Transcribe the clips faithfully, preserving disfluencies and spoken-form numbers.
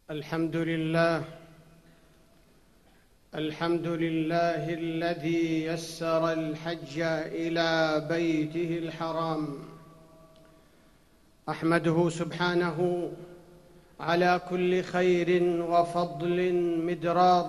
الحمد لله الحمد لله الذي يسر الحج إلى بيته الحرام. أحمده سبحانه على كل خير وفضل مدرار،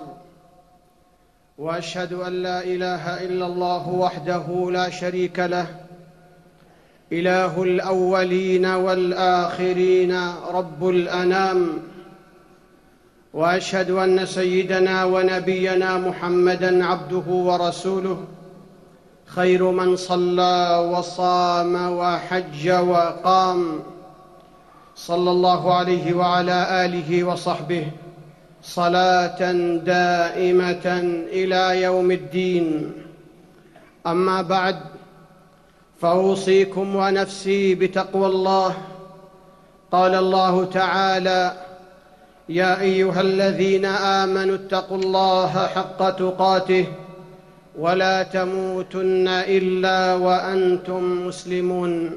وأشهد أن لا إله إلا الله وحده لا شريك له، إله الأولين والآخرين، رب الأنام. وأشهد أن سيدنا ونبينا محمدًا عبده ورسوله، خير من صلى وصام وحج وقام، صلى الله عليه وعلى آله وصحبه صلاة دائمة إلى يوم الدين. أما بعد، فأوصيكم ونفسي بتقوى الله. قال الله تعالى: يا أيها الذين آمنوا اتقوا الله حق تقاته ولا تموتن إلا وأنتم مسلمون.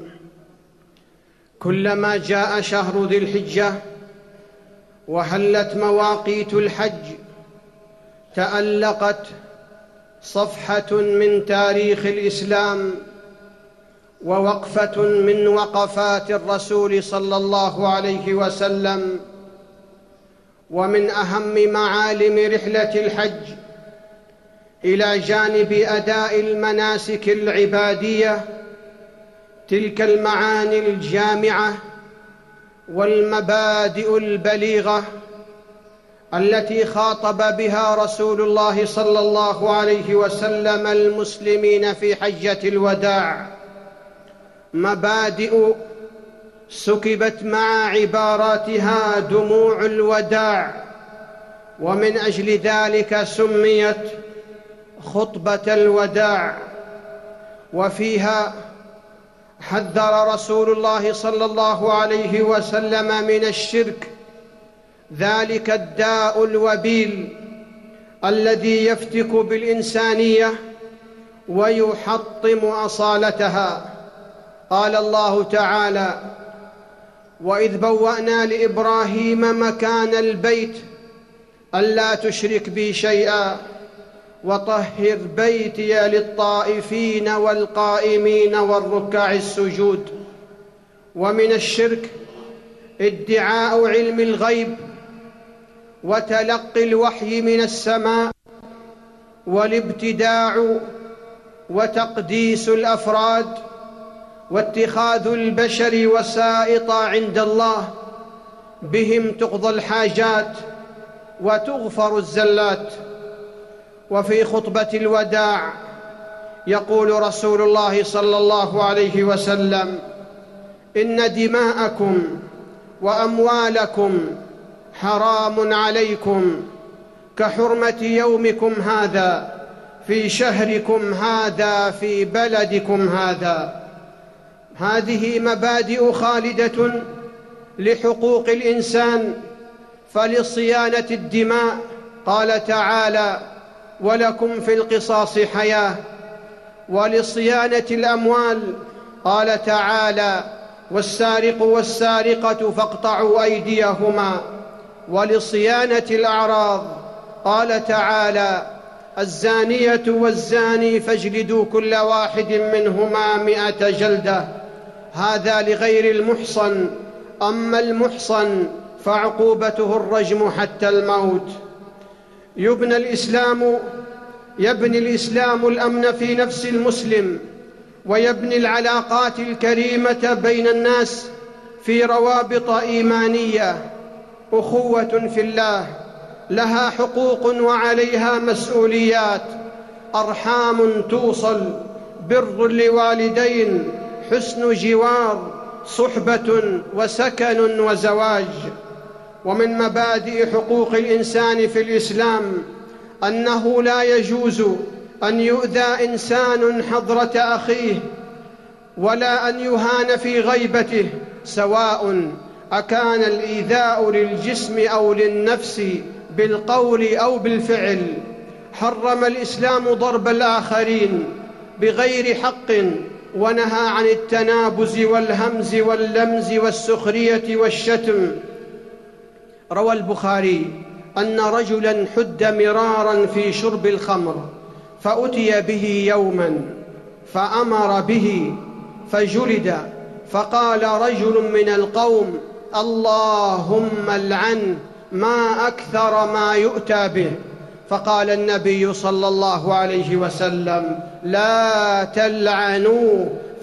كلما جاء شهر ذي الحجة وحلت مواقيت الحج، تألقت صفحة من تاريخ الإسلام ووقفة من وقفات الرسول صلى الله عليه وسلم. ومن أهم معالم رحلة الحج إلى جانب أداء المناسك العبادية تلك المعاني الجامعة والمبادئ البليغة التي خاطب بها رسول الله صلى الله عليه وسلم المسلمين في حجة الوداع، مبادئ سكبت مع عباراتها دموع الوداع، ومن أجل ذلك سميت خطبة الوداع. وفيها حذر رسول الله صلى الله عليه وسلم من الشرك، ذلك الداء الوبيل الذي يفتك بالإنسانية ويحطم أصالتها. قال الله تعالى: وإذ بوأنا لإبراهيم مكان البيت ألا تشرك بي شيئا وطهر بيتي للطائفين والقائمين والركع السجود. ومن الشرك ادعاء علم الغيب وتلقي الوحي من السماء والابتداع وتقديس الأفراد واتخاذ البشر وسائط عند الله بهم تقضى الحاجات وتغفر الزلات. وفي خطبة الوداع يقول رسول الله صلى الله عليه وسلم: إن دماءكم وأموالكم حرام عليكم كحرمة يومكم هذا في شهركم هذا في بلدكم هذا. هذه مبادئ خالدة لحقوق الإنسان. فلصيانة الدماء قال تعالى: ولكم في القصاص حياة. ولصيانة الأموال قال تعالى: والسارق والسارقة فاقطعوا أيديهما. ولصيانة الأعراض قال تعالى: الزانية والزاني فاجلدوا كل واحد منهما مئة جلدة. هذا لغير المحصن، أما المحصن فعقوبته الرجم حتى الموت. يبنى الإسلام يبني الإسلام الأمن في نفس المسلم، ويبني العلاقات الكريمة بين الناس في روابط إيمانية، أخوة في الله لها حقوق وعليها مسؤوليات، أرحام توصل، بر لوالدين، حسن جوار، صحبة وسكن وزواج. ومن مبادئ حقوق الإنسان في الإسلام أنه لا يجوز أن يؤذى إنسان حضرة أخيه، ولا أن يهان في غيبته، سواء أكان الإيذاء للجسم أو للنفس بالقول أو بالفعل. حرم الإسلام ضرب الآخرين بغير حق، ونهى عن التنابز والهمز واللمز والسخرية والشتم. روى البخاري أن رجلاً حد مراراً في شرب الخمر، فأتي به يوماً فأمر به فجلد، فقال رجل من القوم: اللهم العنه، ما أكثر ما يؤتى به. فقال النبي صلى الله عليه وسلم: لا تلعنوا،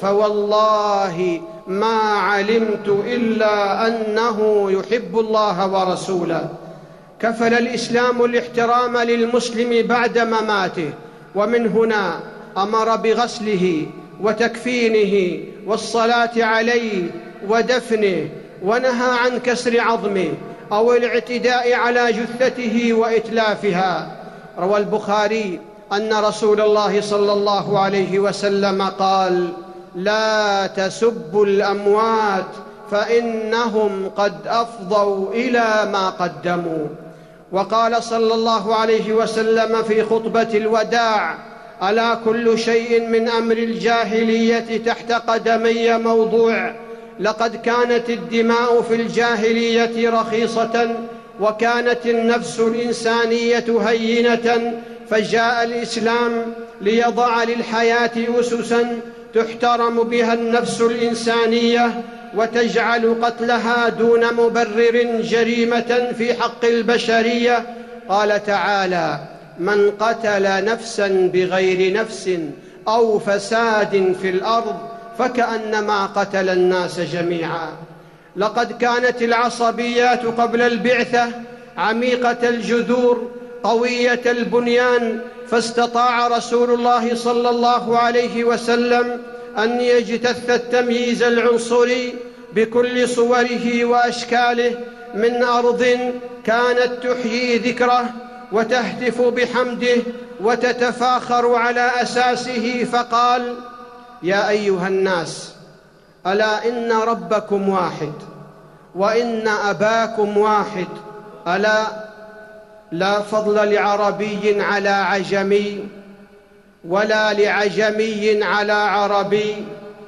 فوالله ما علمت إلا أنه يحب الله ورسوله. كفل الإسلام الاحترام للمسلم بعد مماته، ومن هنا أمر بغسله وتكفينه والصلاة عليه ودفنه، ونهى عن كسر عظمه أو الاعتداء على جثته وإتلافها. روى البخاري أن رسول الله صلى الله عليه وسلم قال: لا تسبوا الأموات فإنهم قد أفضوا إلى ما قدموا. وقال صلى الله عليه وسلم في خطبة الوداع: ألا كل شيء من أمر الجاهلية تحت قدمي موضوع. لقد كانت الدماء في الجاهلية رخيصة، وكانت النفس الإنسانية هينة، فجاء الإسلام ليضع للحياة أسساً تحترم بها النفس الإنسانية، وتجعل قتلها دون مبرر جريمة في حق البشرية. قال تعالى: من قتل نفساً بغير نفس أو فساد في الأرض فكأنما قتل الناس جميعاً. لقد كانت العصبيات قبل البعثة عميقة الجذور قوية البنيان، فاستطاع رسول الله صلى الله عليه وسلم أن يجتث التمييز العنصري بكل صوره وأشكاله من أرض كانت تحيي ذكره وتهتف بحمده وتتفاخر على أساسه، فقال: يا أيها الناس، ألا إن ربكم واحد وإن أباكم واحد، ألا لا فضل لعربي على عجمي، ولا لعجمي على عربي،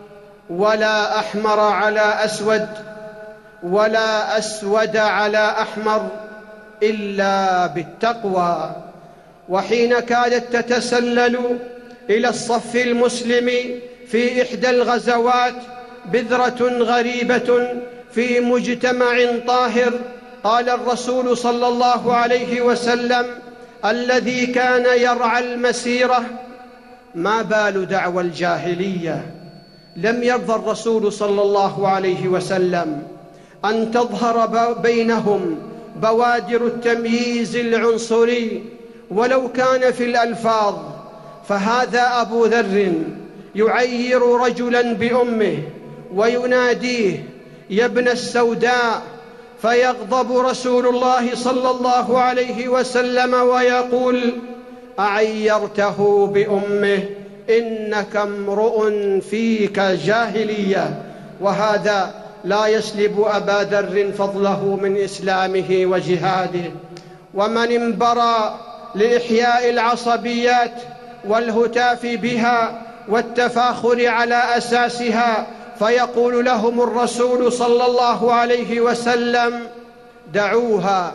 ولا أحمر على أسود، ولا أسود على أحمر، إلا بالتقوى. وحين كادت تتسلل إلى الصف المسلم في إحدى الغزوات بذرة غريبة في مجتمع طاهر، قال الرسول صلى الله عليه وسلم الذي كان يرعى المسيرة: ما بال دعوى الجاهلية؟ لم يرضى الرسول صلى الله عليه وسلم أن تظهر بينهم بوادر التمييز العنصري ولو كان في الألفاظ. فهذا أبو ذر يعير رجلاً بأمه ويناديه: يا ابن السوداء، فيغضب رسول الله صلى الله عليه وسلم ويقول: أعيرته بأمه؟ إنك امرؤ فيك جاهلية. وهذا لا يسلب أبا ذر فضله من إسلامه وجهاده. ومن انبرى لإحياء العصبيات والهتاف بها والتفاخر على أساسها، فيقول لهم الرسول صلى الله عليه وسلم: دعوها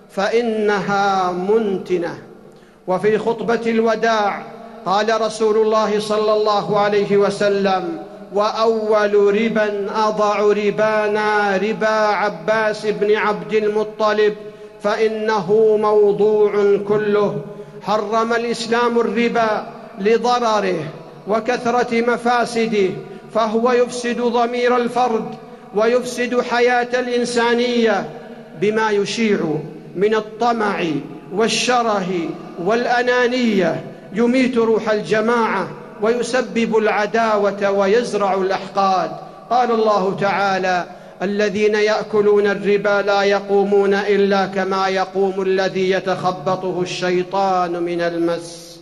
فإنها منتنة. وفي خطبة الوداع قال رسول الله صلى الله عليه وسلم: وأول ربا أضع ربانا ربا عباس بن عبد المطلب، فإنه موضوع كله. حرم الإسلام الربا لضرره وكثرة مفاسده، فهو يفسد ضمير الفرد ويفسد حياة الإنسانية بما يشيع من الطمع والشره والأنانية، يميت روح الجماعة ويسبب العداوة ويزرع الأحقاد. قال الله تعالى: الذين يأكلون الربا لا يقومون إلا كما يقوم الذي يتخبطه الشيطان من المس.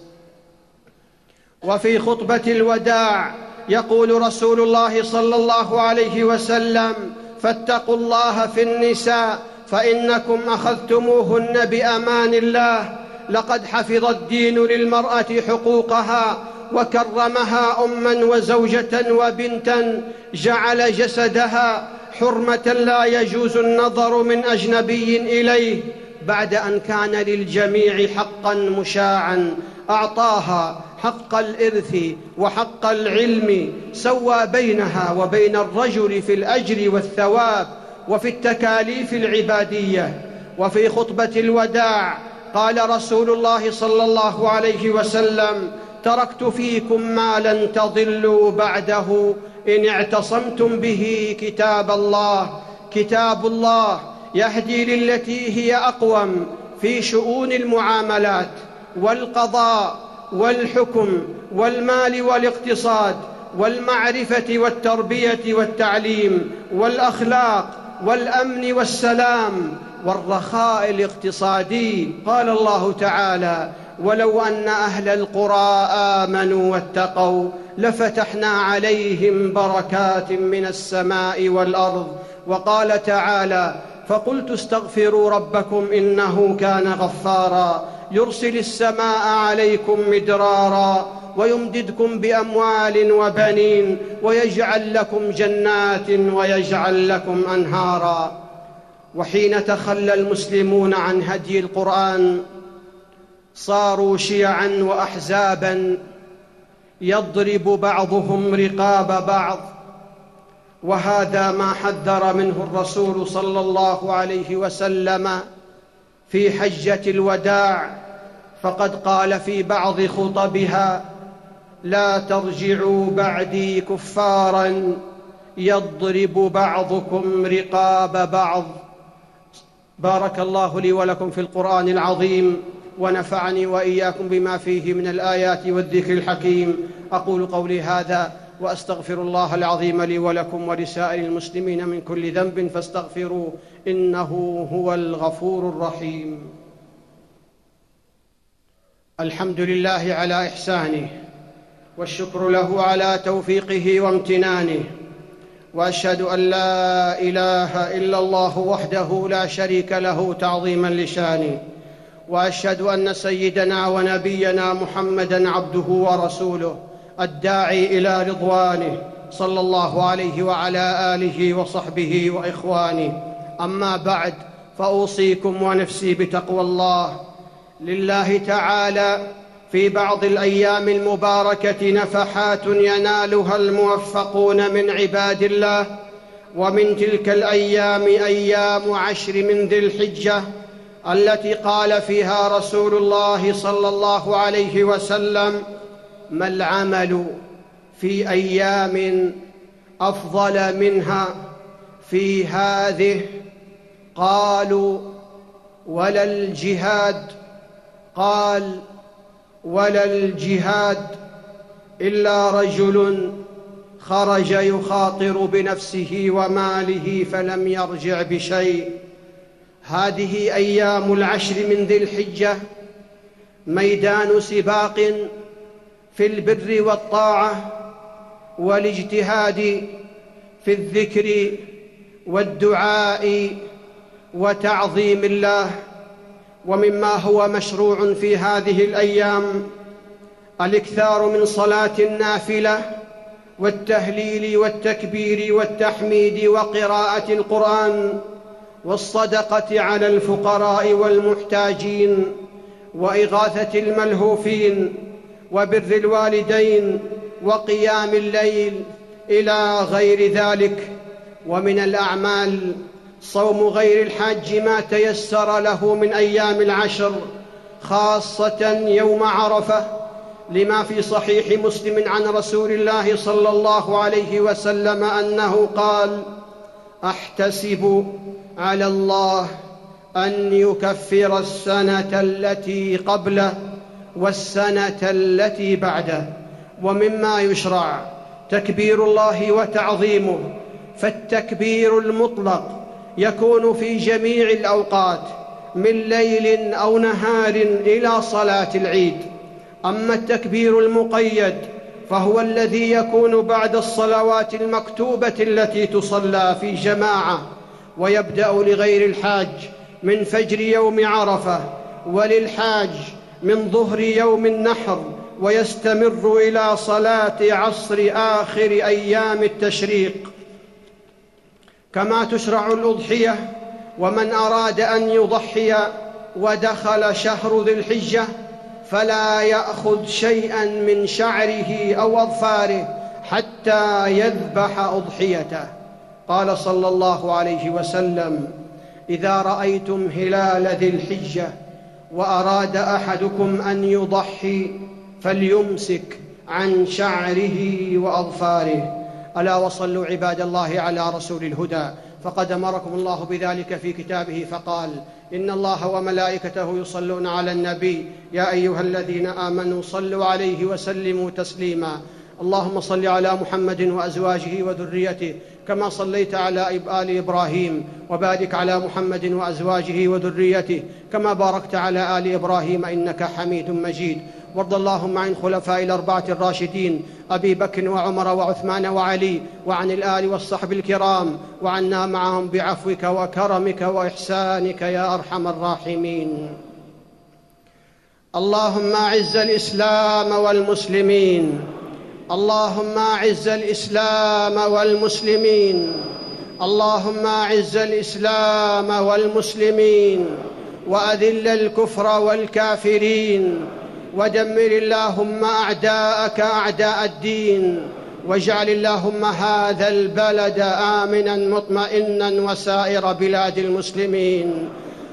وفي خطبة الوداع يقول رسول الله صلى الله عليه وسلم: فاتقوا الله في النساء فإنكم أخذتموهن بأمان الله. لقد حفظ الدين للمرأة حقوقها وكرمها أماً وزوجة وبنتاً، جعل جسدها حرمة لا يجوز النظر من أجنبي إليه، بعد أن كان للجميع حقا مشاعا أعطاها حق الإرث وحق العلم، سوى بينها وبين الرجل في الأجر والثواب وفي التكاليف العبادية. وفي خطبة الوداع قال رسول الله صلى الله عليه وسلم: تركت فيكم ما لن تضلوا بعده إن اعتصمتم به كتاب الله. كتاب الله يهدي للتي هي أقوم في شؤون المعاملات والقضاء والحكم والمال والاقتصاد والمعرفة والتربية والتعليم والأخلاق والأمن والسلام والرخاء الاقتصادي. قال الله تعالى: ولو أن أهل القرى آمنوا واتقوا لفتحنا عليهم بركات من السماء والأرض. وقال تعالى: فقلت استغفروا ربكم إنه كان غفارا يرسل السماء عليكم مدرارا ويمددكم بأموال وبنين ويجعل لكم جنات ويجعل لكم أنهارا. وحين تخلى المسلمون عن هدي القرآن صاروا شيعا وأحزابا يضرب بعضهم رقاب بعض، وهذا ما حذر منه الرسول صلى الله عليه وسلم في حجة الوداع، فقد قال في بعض خطبها: لا ترجعوا بعدي كفارا يضرب بعضكم رقاب بعض. بارك الله لي ولكم في القرآن العظيم، ونفعني وإياكم بما فيه من الآيات والذكر الحكيم. أقول قولي هذا وأستغفر الله العظيم لي ولكم ولسائر المسلمين من كل ذنب فاستغفروه إنه هو الغفور الرحيم. الحمد لله على إحسانه، والشكر له على توفيقه وامتنانه، وأشهد أن لا إله إلا الله وحده لا شريك له تعظيما لشانه، وأشهد أن سيدنا ونبينا محمدًا عبده ورسوله الداعي إلى رضوانه صلى الله عليه وعلى آله وصحبه وإخوانه. أما بعد، فأوصيكم ونفسي بتقوى الله. لله تعالى في بعض الأيام المباركة نفحات ينالها الموفقون من عباد الله، ومن تلك الأيام أيام عشر من ذي الحجة التي قال فيها رسول الله صلى الله عليه وسلم: ما العمل في أيام أفضل منها في هذه؟ قالوا: ولا الجهاد. قال: ولا الجهاد إلا رجل خرج يخاطر بنفسه وماله فلم يرجع بشيء. هذه أيام العشر من ذي الحجة ميدان سباق في البر والطاعة والاجتهاد في الذكر والدعاء وتعظيم الله. ومما هو مشروع في هذه الأيام الإكثار من صلاة النافلة والتهليل والتكبير والتحميد وقراءة القرآن والصدقة على الفقراء والمحتاجين وإغاثة الملهوفين وبر الوالدين وقيام الليل إلى غير ذلك. ومن الأعمال صوم غير الحاج ما تيسر له من أيام العشر، خاصة يوم عرفة، لما في صحيح مسلم عن رسول الله صلى الله عليه وسلم أنه قال: أحتسب على الله أن يكفر السنة التي قبله والسنة التي بعده. ومما يشرع تكبير الله وتعظيمه، فالتكبير المطلق يكون في جميع الأوقات من ليل أو نهار إلى صلاة العيد. أما التكبير المقيد فهو الذي يكون بعد الصلوات المكتوبة التي تصلى في جماعة، ويبدأ لغير الحاج من فجر يوم عرفة، وللحاج من ظهر يوم النحر، ويستمر إلى صلاة عصر آخر أيام التشريق. كما تشرع الأضحية. ومن أراد أن يضحي ودخل شهر ذي الحجة فلا يأخذ شيئا من شعره أو أظفاره حتى يذبح أضحيته. قال صلى الله عليه وسلم: إذا رأيتم هلال ذي الحجة وأراد أحدكم أن يضحي فليمسك عن شعره وأظفاره. ألا وصلوا عباد الله على رسول الهدى، فقد أمركم الله بذلك في كتابه فقال: إن الله وملائكته يصلون على النبي يا أيها الذين آمنوا صلوا عليه وسلموا تسليما. اللهم صل على محمد وأزواجه وذريته كما صليت على آل إبراهيم، وبارك على محمد وأزواجه وذريته كما باركت على آل إبراهيم إنك حميد مجيد. وارض اللهم عن الخلفاء الأربعة الراشدين أبي بكر وعمر وعثمان وعلي، وعن الآل والصحب الكرام، وعنا معهم بعفوك وكرمك وإحسانك يا أرحم الراحمين. اللهم أعز الإسلام والمسلمين، اللهم أعز الإسلام والمسلمين، اللهم أعز الإسلام والمسلمين، وأذل الكفر والكافرين، ودمر اللهم أعداءك أعداء الدين، واجعل اللهم هذا البلد آمنا مطمئنا وسائر بلاد المسلمين.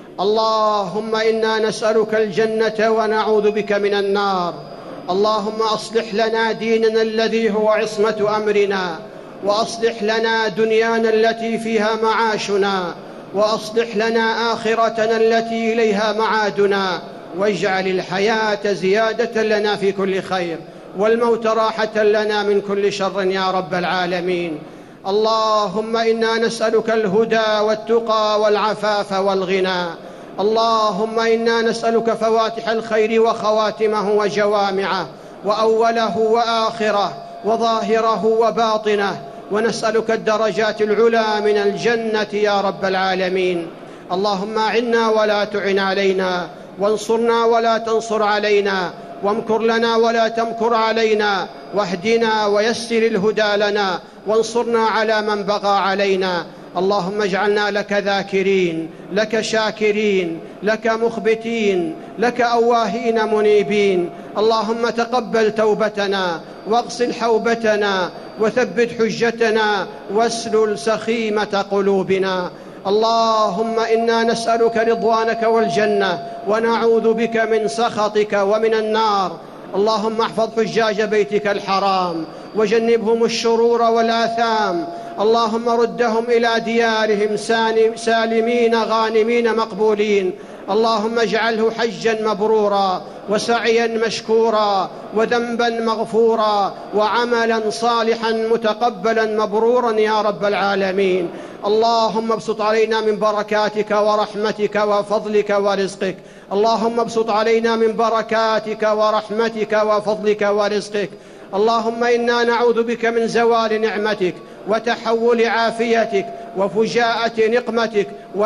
اللهم إنا نسألك الجنة ونعوذ بك من النار. اللهم أصلح لنا ديننا الذي هو عصمة أمرنا، وأصلح لنا دنيانا التي فيها معاشنا، وأصلح لنا آخرتنا التي إليها معادنا، واجعل الحياة زيادة لنا في كل خير، والموت راحة لنا من كل شر يا رب العالمين. اللهم إنا نسألك الهدى والتقى والعفاف والغنى. اللهم إنا نسألك فواتح الخير وخواتمه وجوامعه، وأوله وآخره، وظاهره وباطنه، ونسألك الدرجات العلى من الجنة يا رب العالمين. اللهم أعنا ولا تعن علينا، وانصرنا ولا تنصر علينا، وامكر لنا ولا تمكر علينا، واهدنا ويسر الهدى لنا، وانصرنا على من بغى علينا. اللهم اجعلنا لك ذاكرين، لك شاكرين، لك مخبتين، لك أواهين منيبين. اللهم تقبل توبتنا، واغسل حوبتنا، وثبت حجتنا، واسلل سخيمة قلوبنا. اللهم إنا نسألك رضوانك والجنة، ونعوذ بك من سخطك ومن النار. اللهم احفظ حجاج بيتك الحرام، وجنبهم الشرور والآثام. اللهم ردهم إلى ديارهم سالمين غانمين مقبولين. اللهم اجعله حجا مبرورا، وسعيا مشكورا، وذنبا مغفورا، وعملا صالحا متقبلا مبرورا يا رب العالمين. اللهم ابسط علينا من بركاتك ورحمتك وفضلك ورزقك. اللهم ابسط علينا من بركاتك ورحمتك وفضلك ورزقك. اللهم إنا نعوذ بك من زوال نعمتك، وتحول عافيتك، وفجاءة نقمتك،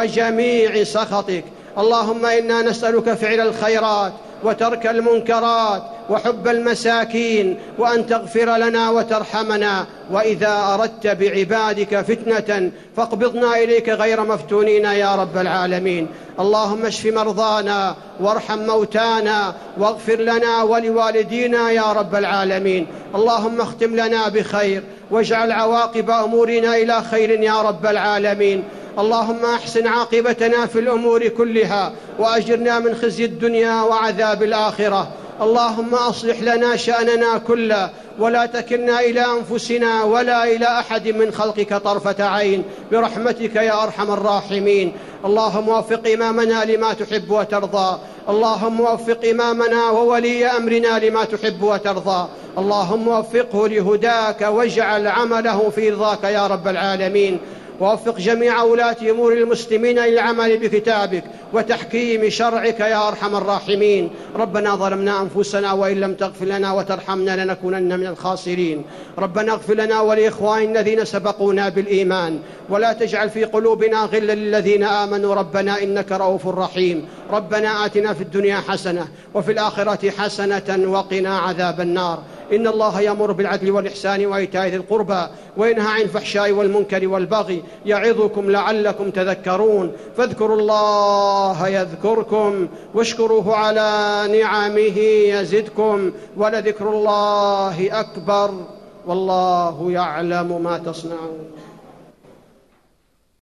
وجميع سخطك. اللهم إنا نسألك فعل الخيرات، وترك المنكرات، وحب المساكين، وأن تغفر لنا وترحمنا. وإذا أردت بعبادك فتنة فاقبضنا إليك غير مفتونين يا رب العالمين. اللهم اشف مرضانا، وارحم موتانا، واغفر لنا ولوالدينا يا رب العالمين. اللهم اختم لنا بخير، واجعل عواقب أمورنا إلى خير يا رب العالمين. اللهم أحسن عاقبتنا في الأمور كلها، وأجرنا من خزي الدنيا وعذاب الآخرة. اللهم أصلح لنا شأننا كله، ولا تكلنا إلى أنفسنا ولا إلى أحد من خلقك طرفة عين، برحمتك يا أرحم الراحمين. اللهم وفق إمامنا لما تحب وترضى. اللهم وفق إمامنا وولي أمرنا لما تحب وترضى. اللهم وفقه لهداك، واجعل عمله في رضاك يا رب العالمين. ووفق جميع ولاة أمور المسلمين للعمل بكتابك وتحكيم شرعك يا أرحم الراحمين. ربنا ظلمنا أنفسنا، وإن لم تغفر لنا وترحمنا لنكونن من الخاسرين. ربنا اغفر لنا ولإخواننا الذين سبقونا بالإيمان، ولا تجعل في قلوبنا غلا للذين آمنوا ربنا إنك رؤوف رحيم. ربنا آتنا في الدنيا حسنة، وفي الآخرة حسنة، وقنا عذاب النار. إن الله يأمر بالعدل والإحسان وإيتاء ذي القربى وينهى عن الفحشاء والمنكر والبغي يعظكم لعلكم تذكرون فاذكروا الله يذكركم واشكروه على نعمه يزدكم ولذكر الله أكبر والله يعلم ما تصنعون.